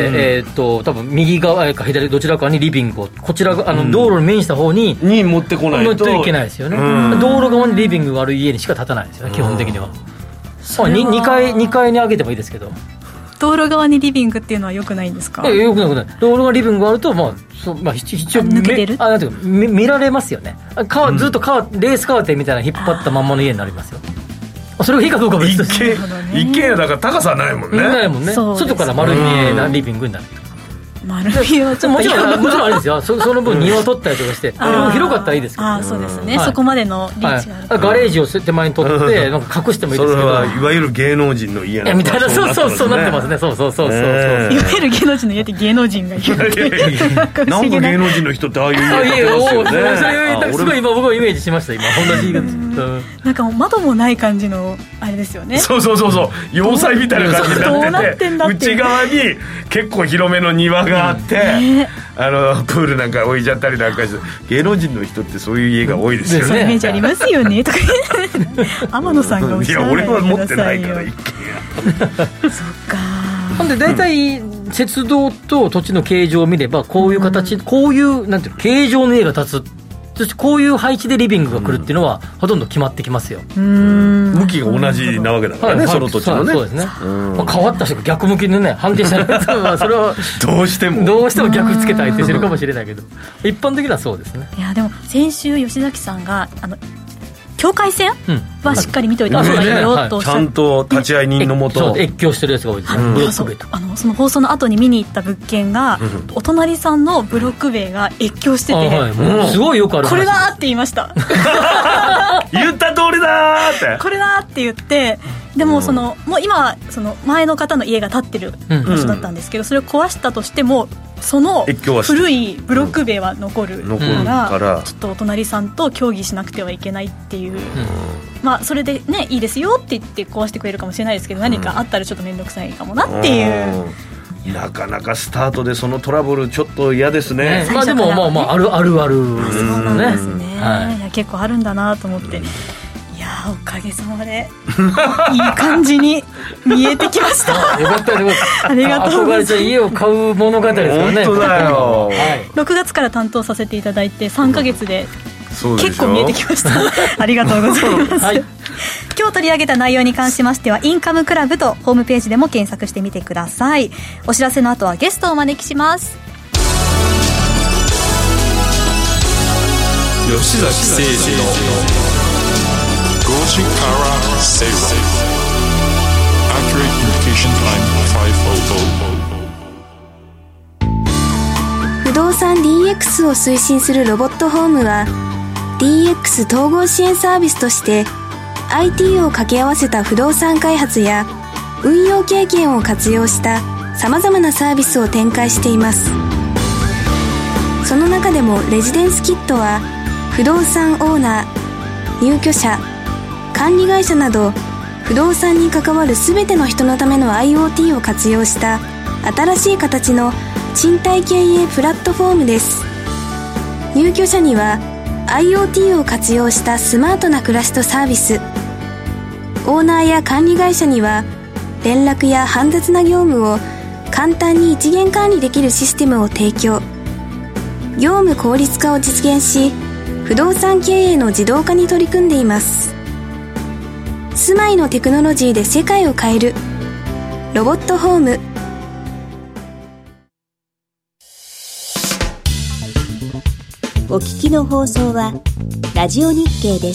うんえー、と多分右側か左どちらかにリビングをこちらあの道路に面した方に、 うん、に持ってこないと持っていけないですよね、うん、道路側にリビングがある家にしか建たないですよね、うん、基本的には、まあ、に 2, 階にかいに上げてもいいですけど道路側にリビングっていうのは良くないんですか？ 良くない良くない。道路側リビングがあると、まあそまあ、一応抜けてるあなんていうか 見, 見られますよね。か、うん、ずっとかレースカーテンみたいな引っ張ったまんまの家になりますよ。それがいいかどうかは別として、 一軒家だから高さないもんね。 ないもんね。外から丸見えなリビングになる。 丸見えはちょっともちろんもちろんあれですよ。そ, その分庭を取ったりとかして広かったらいいですけど、ね、 あそうですね、はい、そこまでのリーチがある、 はい、ガレージを手前に取ってなんか隠してもいいですけど、 それはいわゆる芸能人の家なみたいな。そうそうそうなってますね。そうそうそうそうそう、いわゆる芸能人の家って芸能人がいるなんか芸能人の人ってああいう家建てますよね。 それすごい今僕はイメージしました今同じ言い方なんかもう窓もない感じのあれですよね。 そうそうそうそう要塞みたいな感じになってて内側に結構広めの庭があって、うんね、あのプールなんか置いちゃったりなんかして芸能人の人ってそういう家が多いですよね。 そういうイメージありますよねとか天野さんがおっしゃらないでくださいよ。 いや俺は持ってないから一軒家そっか。 ほんで大体鉄道と土地の形状を見ればこういう形、うん、こういうなんていうの形状の家が建つ、そしてこういう配置でリビングが来るっていうのはほとんど決まってきますよ。 うーん向きが同じなわけだからね、はい、その土地のね。 そうですね、まあ、変わった人が逆向きでね判定したらそれはどうしてもどうしても逆つけたいってしてるかもしれないけど一般的にはそうですね。 いやでも先週吉崎さんがあの境界線はしっかり見ておいた方がいいよとおっしゃって、 ちゃんと立ち会い人のもと越境してるやつが多いですね、うん、ブロック塀とか。 あのその放送の後に見に行った物件が、うん、お隣さんのブロック塀が越境してて、はい、 もうすごいよくある話。 これだって言いました言った通りだってこれだって言って、でもその、うん、もう今その前の方の家が建ってる場所だったんですけど、うん、それを壊したとしてもその古いブロック塀は残るから、うん、ちょっとお隣さんと協議しなくてはいけないっていう、うん、まあそれでねいいですよって言って壊してくれるかもしれないですけど、何かあったらちょっと面倒くさいかもなっていう、 うん、なかなかスタートでそのトラブルちょっと嫌ですね。 ね、まあでもまあまああるあるある、 うん、そうなんですね、はい、いや結構あるんだなと思って、うん、いやおかげさまでいい感じに見えてきましたよかったよかったありがとうございます。憧れて家を買う物語ですからね。 本当だよ、はい、 ろくがつから担当させていただいてさんかげつで結構見えてきましたありがとうございます、はい、今日取り上げた内容に関しましてはインカムクラブとホームページでも検索してみてください。お知らせの後はゲストをお招きします。 吉崎誠二のごじから正論 Accurate Communication Time ごひゃく。 不動産 ディーエックス を推進するロボットホームは ディーエックス 統合支援サービスとして アイティー を掛け合わせた不動産開発や運用経験を活用したさまざまなサービスを展開しています。その中でもレジデンスキットは不動産オーナー、入居者、管理会社など不動産に関わる全ての人のための アイオーティー を活用した新しい形の賃貸経営プラットフォームです。入居者には アイオーティー を活用したスマートな暮らしとサービス、オーナーや管理会社には連絡や煩雑な業務を簡単に一元管理できるシステムを提供。業務効率化を実現し、不動産経営の自動化に取り組んでいます。住まいのテクノロジーで世界を変えるロボットホーム。 お聞きの放送はラジオ日経です。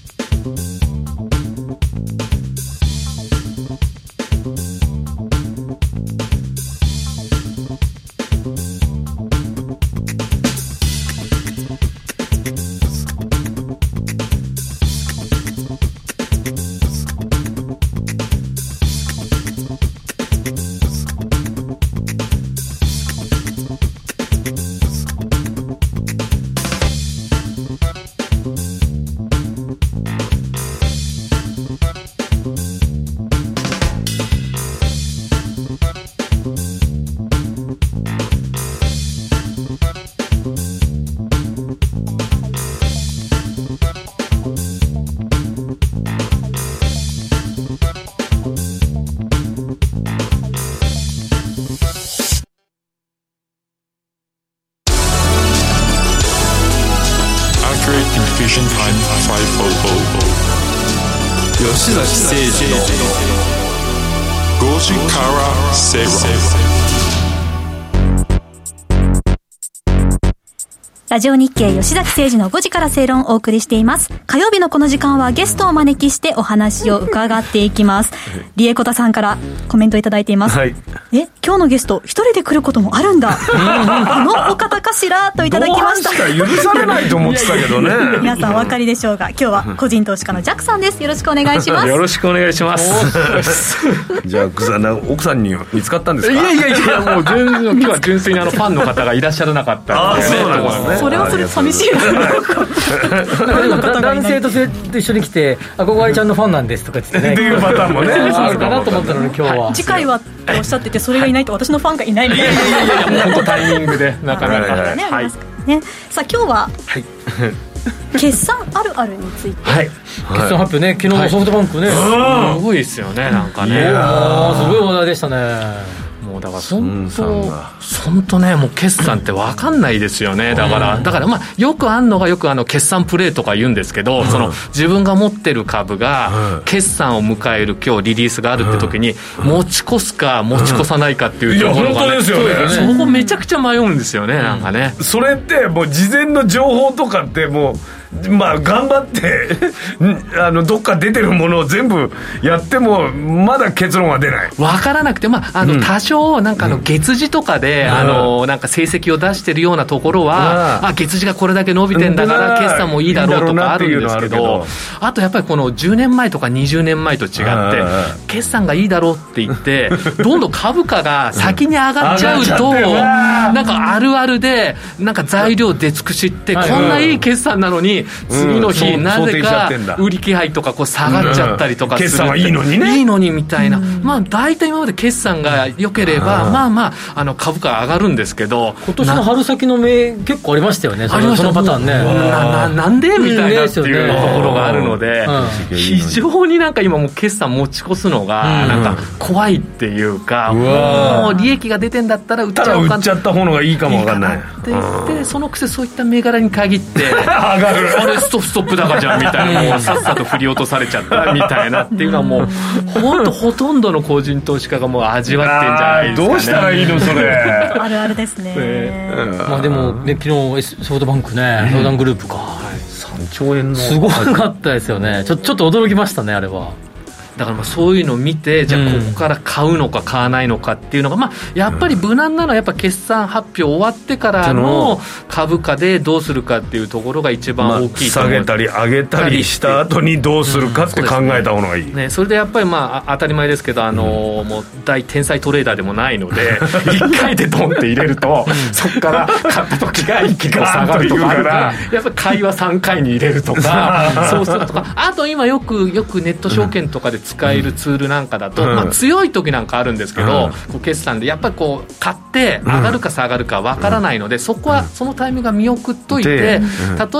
吉崎誠二のごじから正論。 ラジオ日経吉崎誠二のごじから正論をお送りしています。火曜日のこの時間はゲストをお招きしてお話を伺っていきます。リエコタさんからコメントいただいています。はい、え、今日のゲスト一人で来ることもあるんだ。あのお方かしらといただきました。 どう許されないと思ってたけどね。 皆さんお分かりでしょうが、今日は個人投資家のジャックさんです。よろしくお願いします。 よろしくお願いします。 ジャックさん、奥さんに見つかったんですか？ いやいやいや、もう純今日は純粋にあのファンの方がいらっしゃらなかったんで、ね、あ、そうなんですね。 それはそれ寂しいですね。 男性と一緒に来て憧れちゃんのファンなんですとか言ってね、 っていうパターンもねあるかなと思ったのに今日は、はい、 次回はとおっしゃってて、それがいないと私のファンがいないみたいな。 いやいやいやいや、もう本当タイミングでなかなかね、 はい、ね、さあ今日は、はい、決算あるあるについて、はい、 決算発表ね、昨日のソフトバンクね、 はい、すごいですよね、なんかね、 いやすごい話題でしたね。 もうだから本当本当ね、もう決算って分かんないですよね。だからだからまあよくあんのが、よくあの決算プレーとか言うんですけど、その自分が持ってる株が決算を迎える今日リリースがあるって時に持ち越すか持ち越さないかっていうところがね、そこめちゃくちゃ迷うんですよね、なんかね。 それってもう事前の情報とかってもうまあ頑張ってあのどっか出てるものを全部やってもまだ結論は出ない、 分からなくて、まあ、あの多少なんかあの月次とかで、うん、あのなんか成績を出してるようなところは、うん、あ月次がこれだけ伸びてんだから決算もいいだろうとかあるんですけど、あとやっぱりこのじゅうねんまえとかにじゅうねんまえと違って決算がいいだろうって言ってどんどん株価が先に上がっちゃうと、なんかあるあるでなんか材料出尽くしってこんないい決算なのに次の日、うん、なぜか売り気配とかこう下がっちゃったりとかする、うん、 決算はいいのにね、 いいのにみたいな、うん、まあ大体今まで決算が良ければ、うん、まあまああの株価上がるんですけど、 今年の春先の目結構ありましたよね、その、そのパターンね、 な, な, なんでみたいなっていうところがあるので、うん、非常になんか今もう決算持ち越すのがなんか怖いっていうか、うん、もう利益が出てんだったら売っちゃうか、 売っちゃった方がいいかもわかんない、 って言って、うん、そのくせそういった銘柄に限って上がるあれストップストップ高じゃんみたいな、もうさっさと振り落とされちゃったみたいなっていうのはもう本当ほとんどの個人投資家がもう味わってんじゃないですかね。 どうしたらいいのそれあるあるですね、 ね、まあ、でも、ね、昨日ソフトバンクね、ソーダングループか、はい、 さんちょうえんのすごかったですよね。ちょ、ちょっと驚きましたね、あれは。 だからまあそういうのを見て、じゃあここから買うのか買わないのかっていうのが、まあやっぱり無難なのはやっぱ決算発表終わってからの株価でどうするかっていうところが一番大きいと思う、 まあ、下げたり上げたりした後にどうするかって考えた方がいい、うん、 ね、それでやっぱりまあ当たり前ですけど、あのー、もう大天才トレーダーでもないのでいっかいでドンって入れるとそこから買った時が一気に下がるとかあるから、やっぱり買いはさんかいに入れるとかそうするとか、あと今よくよくネット証券とかで使えるツールなんかだと、 うんまあ、強い時なんかあるんですけど、うん、こう決算でやっぱりこう買って上がるか下がるか分からないので、うん、そこはそのタイミングが見送っといて、うん、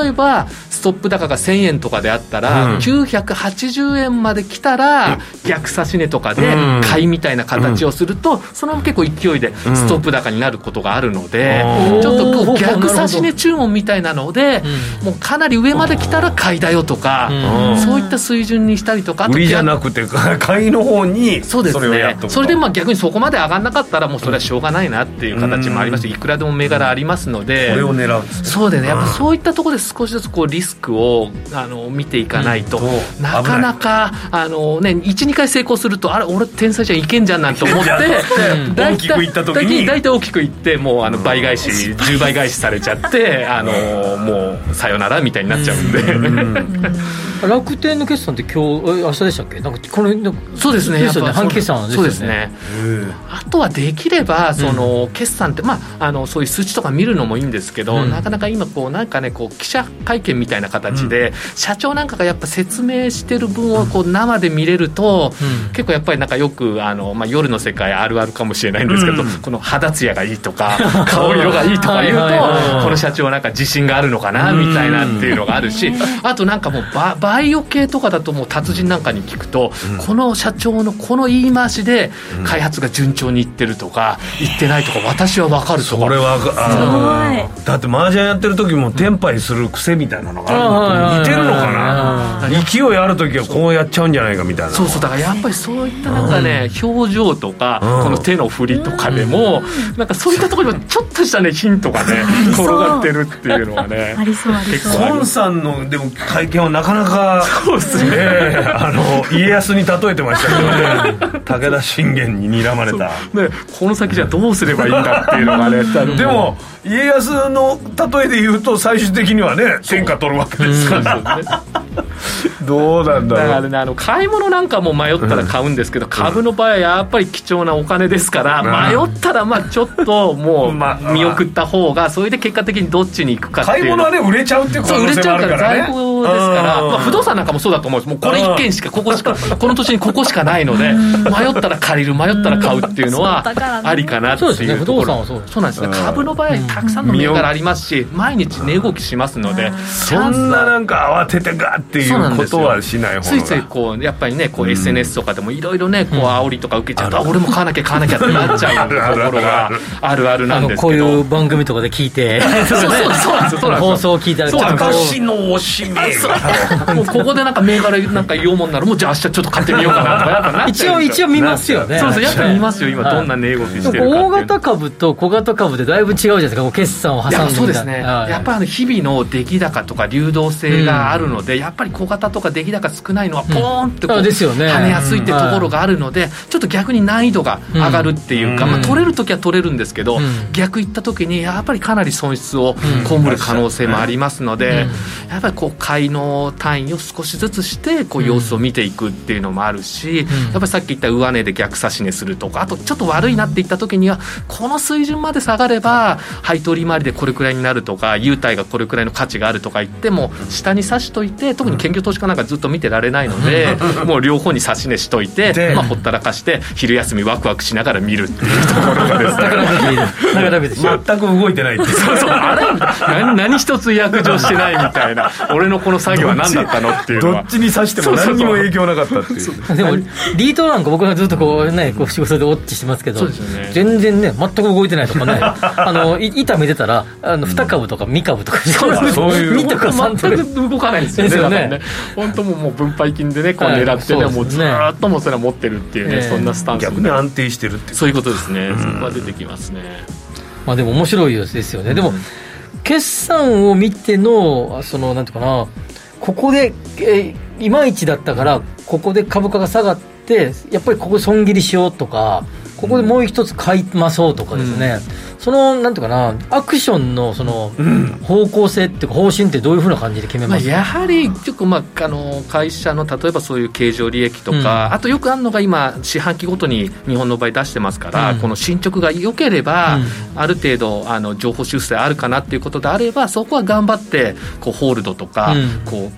例えばストップ高がせんえんとかであったら、うん、きゅうひゃくはちじゅうえんまで来たら逆差し値とかで買いみたいな形をすると、うん、その結構勢いでストップ高になることがあるので、うん、ちょっとこう逆差し値注文みたいなので、うん、もうかなり上まで来たら買いだよとか、うん、そういった水準にしたりとか、 売りじゃなくて買いの方にそれをやっとくと、 それでまあ逆にそこまで上がんなかったらもうそれはしょうがないなっていう形もありますし、いくらでも銘柄ありますので、 これを狙うんですね。 そうでね、やっぱそういったところで少しずつこうリスクをあの見ていかないと、うん、なかなかあの、ね、いちにかい成功するとあれ俺天才じゃんいけんじゃんなんて思って大きくいった時に大体大きくいってもうあの倍返し、うん、じゅうばい返しされちゃってあのもうさよならみたいになっちゃうんで、うん楽天の決算って今日明日でしたっけ？なんかこのそうですね、 ですよね、半決算ですよね。 そうですね。あとはできればその、うん、決算って、まあ、あのそういう数値とか見るのもいいんですけど、うん、なかなか今こうなんかねこう記者会見みたいな形で、うん、社長なんかがやっぱ説明してる分をこう生で見れると、うん、結構やっぱりなんかよくあの、まあ、夜の世界あるあるかもしれないんですけど、うん、この肌ツヤがいいとか顔色がいいとか言うとこの社長なんか自信があるのかなみたいなっていうのがあるし、あとなんかもうババイオ系とかだともう達人なんかに聞くと、うん、この社長のこの言い回しで開発が順調にいってるとか、うん、いってないとか私は分かるとか、 それはあだって麻雀やってる時もテンパイする癖みたいなのがある、似てるのかな、勢いある時はこうやっちゃうんじゃないかみたいな。 そうそう、だからやっぱりそういったなんかね、うん、表情とか、うん、この手の振りとかでも、うん、なんかそういったところにもちょっとしたねヒントがね転がってるっていうのがねありそうありそう。 コンさんのでも会見はなかなかそうですね、 えー、あの家康に例えてましたけどね武田信玄に睨まれた、ね、 この先じゃどうすればいいんだっていうのがねでも家康の例えで言うと最終的にはね天下取るわけですから、ね、どうなんだろう。 だからね、あの買い物なんかも迷ったら買うんですけど、うん、株の場合はやっぱり貴重なお金ですから、うん、迷ったらまあちょっともう見送った方が、それで結果的にどっちに行くかっていう。 買い物はね売れちゃうっていう可能性もあるからね。 在庫ですから、まあ、不動産なんかもそうだと思うんです。もうこれ一軒しかここしかこの土地にここしかないので迷ったら借りる迷ったら買うっていうのはありかなっていうところ。 そうですね、不動産はそうです。 そうなんですね。株の場合たくさんの銘柄ありますし、毎日値動きしますので、 そんななんか慌ててガーっていうことはしない方が、 ついついこうやっぱりねこう エスエヌエス とかでもいろいろねこう煽りとか受けちゃうと、うん、俺も買わなきゃ買わなきゃってなっちゃうところがあるあるなんですけど、 こういう番組とかで聞いてそうそうそうなんですよ、 放送を聞いたら高橋のおしめがもうここでなんか銘柄なんか言おうもんならもうじゃあ明日ちょっと買ってみようかなとかやっぱなっちゃう。 一応一応見ますよね。 そうそう、やっぱ見ますよ今どんな値動きしてるかっていう。 大型株と小型株でだいぶ違うじゃないですか、こう決算を挟んでみたいな。 そうですね、やっぱり日々の出来高とか流動性があるので、うん、やっぱり小型とか出来高少ないのはポーンってこう、うん、ですよね、跳ねやすいってところがあるので、うん、ちょっと逆に難易度が上がるっていうか、うんまあ、取れるときは取れるんですけど、うん、逆行ったときにやっぱりかなり損失を被る可能性もありますので、うん、やっぱりこう買いの単位を少しずつしてこう様子を見ていくっていうのもあるし、うん、やっぱりさっき言った上値で逆差し値するとか、あとちょっと悪いなっていったときにはこの水準まで下がれば配当利回りでこれくらいになるとか優待がこれくらいの価値があるとか言っても下に差しといて、特に兼業投資家なんかずっと見てられないので、うん、もう両方に差し値しといて、まあ、ほったらかして昼休みワクワクしながら見るっていうところがですね全く動いてないってそうそう、あれ 何, 何一つ約定してないみたいな俺のこの作業は何だったのっていうのはどっちに差しても何にも影響なかったっていう。そうそうそうでもリートなんか僕がずっとこう、ね、こう仕事でウォッチしてますけど、 そうですよね、 全然ね全く動いてないとかねあの板見てたらあのに株とかに株とか、うん、 そういうにとかさんとか全く動かないんですよね。 ですよね、 ね本当ももう分配金でねこう狙ってね、はい、もうずっともうそれは持ってるっていうね、えー、そんなスタンス逆に安定してるっていうそういうことですね、うん、そこは出てきますね。 まあでも面白いですよね、うん、でも決算を見てのそのなんていうかな、ここで、えー、いまいちだったからここで株価が下がってやっぱりここで損切りしようとか、ここでもう一つ買いましょうとかですね、うん、そのなんていうかなアクションのその方向性っていうか方針ってどういうふうな感じで決めますか。 まあ、やはり結構、まあ、あの会社の例えばそういう経常利益とか、うん、あとよくあるのが今四半期ごとに日本の場合出してますから、うん、この進捗が良ければ、うん、ある程度あの情報修正あるかなっていうことであればそこは頑張ってこうホールドとか、うん、こう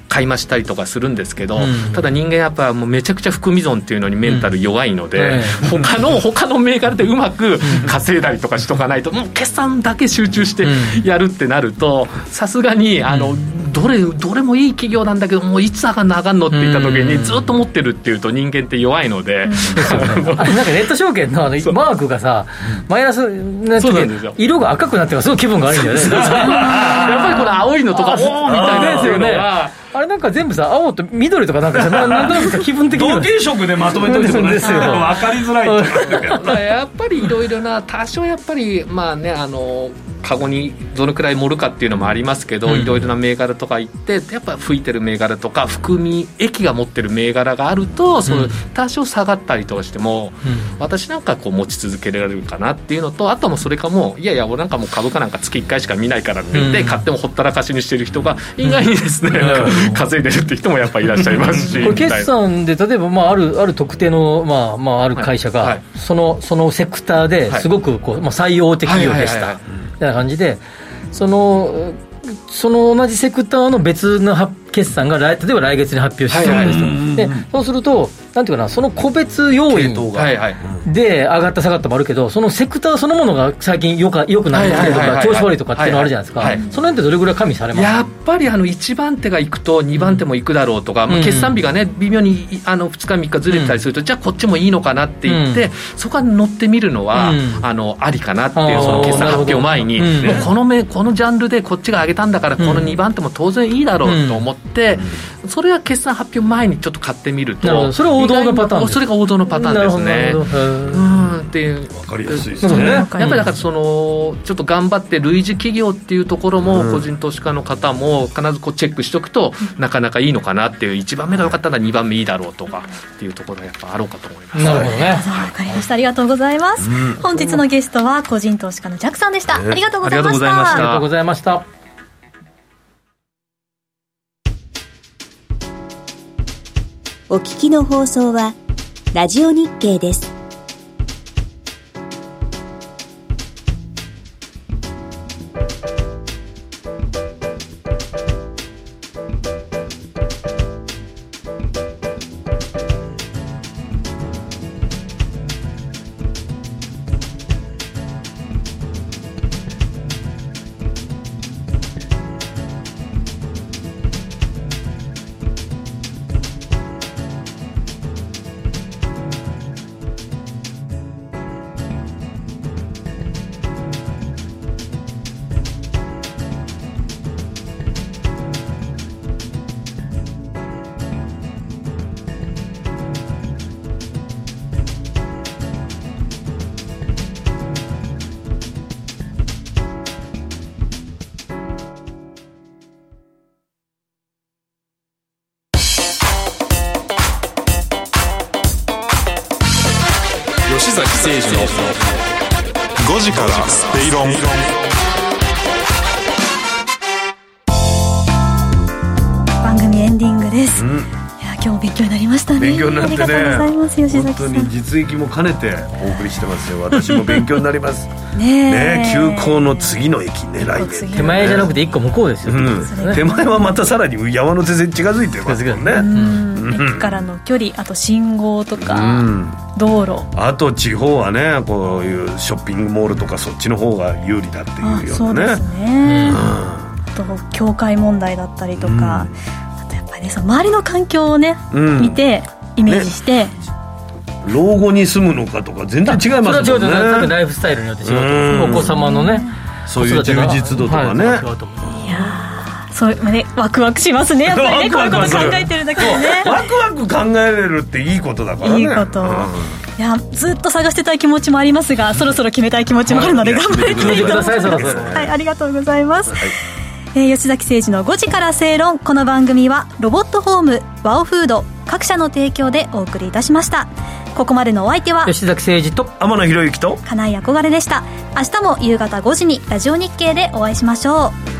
買い増したりとかするんですけど、 うん、 ただ人間やっぱもうめちゃくちゃ含み損っていうのにメンタル弱いので、うん、他の他の銘柄でうまく稼いだりとかしとかないと、もう決算だけ集中してやるってなると、さすがにあの、うん、どれどれもいい企業なんだけどもういつ上がんなあかんのって言った時にずっと持ってるっていうと人間って弱いので、うん、 あれなんかネット証券のあのマークがさマイナスのやつで色が赤くなってるすごい気分が悪いんだよねやっぱりこの青いのとかおーみたいなやつよね。 あれなんか全部さ青と緑とかなんかさなんとなく気分的に同系色でまとめてるんですよ分かりづらいってやっぱりいろいろな多少やっぱりまあねあのカゴにどのくらい盛るかっていうのもありますけど、いろいろな銘柄とか行ってやっぱ吹いてる銘柄とか含み益が持ってる銘柄があるとその多少下がったりとかしても、うん、私なんかこう持ち続けられるかなっていうのと、あともそれかもいやいや俺なんかもう株価なんか月いっかいしか見ないからって言って、うん、買ってもほったらかしにしてる人が意外にですね、うん、稼いでるって人もやっぱりいらっしゃいますしこれ決算で例えば、まあ、あるある特定の、まあまあ、ある会社が、はいはい、そのそのセクターですごくこう、まあ、最大手企業でしたみたいな感じでそのその同じセクターの別の決算が来例えば来月に発表してるんですよ、はいはい、でそうするとなんていうかなその個別要因で上がった下がったもあるけどそのセクターそのものが最近よくよくなってるとか調子悪いとかっていうのあるじゃないですか、はいはいはい、その辺ってどれぐらい加味されますか？ やっぱりあのいちばん手がいくとにばん手もいくだろうとか、うんまあ、決算日がね微妙にあのふつかみっかずれてたりすると、うん、じゃあこっちもいいのかなって言って、うん、そこは乗ってみるのは、うん、あのありかなっていうその決算発表前に、うん、もうこのめこのジャンルでこっちが上げたんだからこのにばん手も当然いいだろうと思って、うん、それは決算発表前にちょっと買ってみるとそれは王道のパターンです。 それが王道のパターンですね。うんっていう分かりやすいですね。 やっぱりだからそのちょっと頑張って類似企業っていうところも個人投資家の方も必ずこうチェックしておくとなかなかいいのかなっていういちばんめが良かったらにばんめいいだろうとかっていうところがやっぱあろうかと思います。 なるほどね。 分かりました。ありがとうございます。うん、本日のゲストは個人投資家のジャックさんでした。ありがとうございました。 ありがとうございました。 お聞きの放送はラジオ日経です。 吉崎誠二のごじからスペイロン。 番組エンディングです、うん、いや今日勉強になりましたね。 勉強になってね、 ありがとうございます。吉崎さん本当に実益も兼ねてお送りしてますよ。私も勉強になりますねね。急行の次の駅狙いで、 ね、手前じゃなくて一個向こうですよ、うんね、手前はまたさらに山手線近づいてますもんね。 うん駅からの距離、あと信号とか、うん、道路、 あと地方はねこういうショッピングモールとかそっちの方が有利だっていうようなね。 そうですね、うん、あと境界問題だったりとか、うん、あとやっぱりねその周りの環境をね、うん、見てイメージして、ね、 老後に住むのかとか全然違いますもんね。 それは違う、多分ライフスタイルによって違う。お子様のねそういう充実度とかね、はい、 いやそう、ね、ワクワクしますねやっぱりね。こういうこと考えてるだけでねワクワク考えれるっていいことだからね。 いいこと、うん、いやずっと探してたい気持ちもありますがそろそろ決めたい気持ちもあるので頑張りたいと思います。はい、ありがとうございます、はい。えー、吉崎誠二のごじから正論。この番組はロボットホーム、ワオフード各社の提供でお送りいたしました。ここまでのお相手は吉崎誠二と天野博之と金井憧れでした。明日も夕方ごじにラジオ日経でお会いしましょう。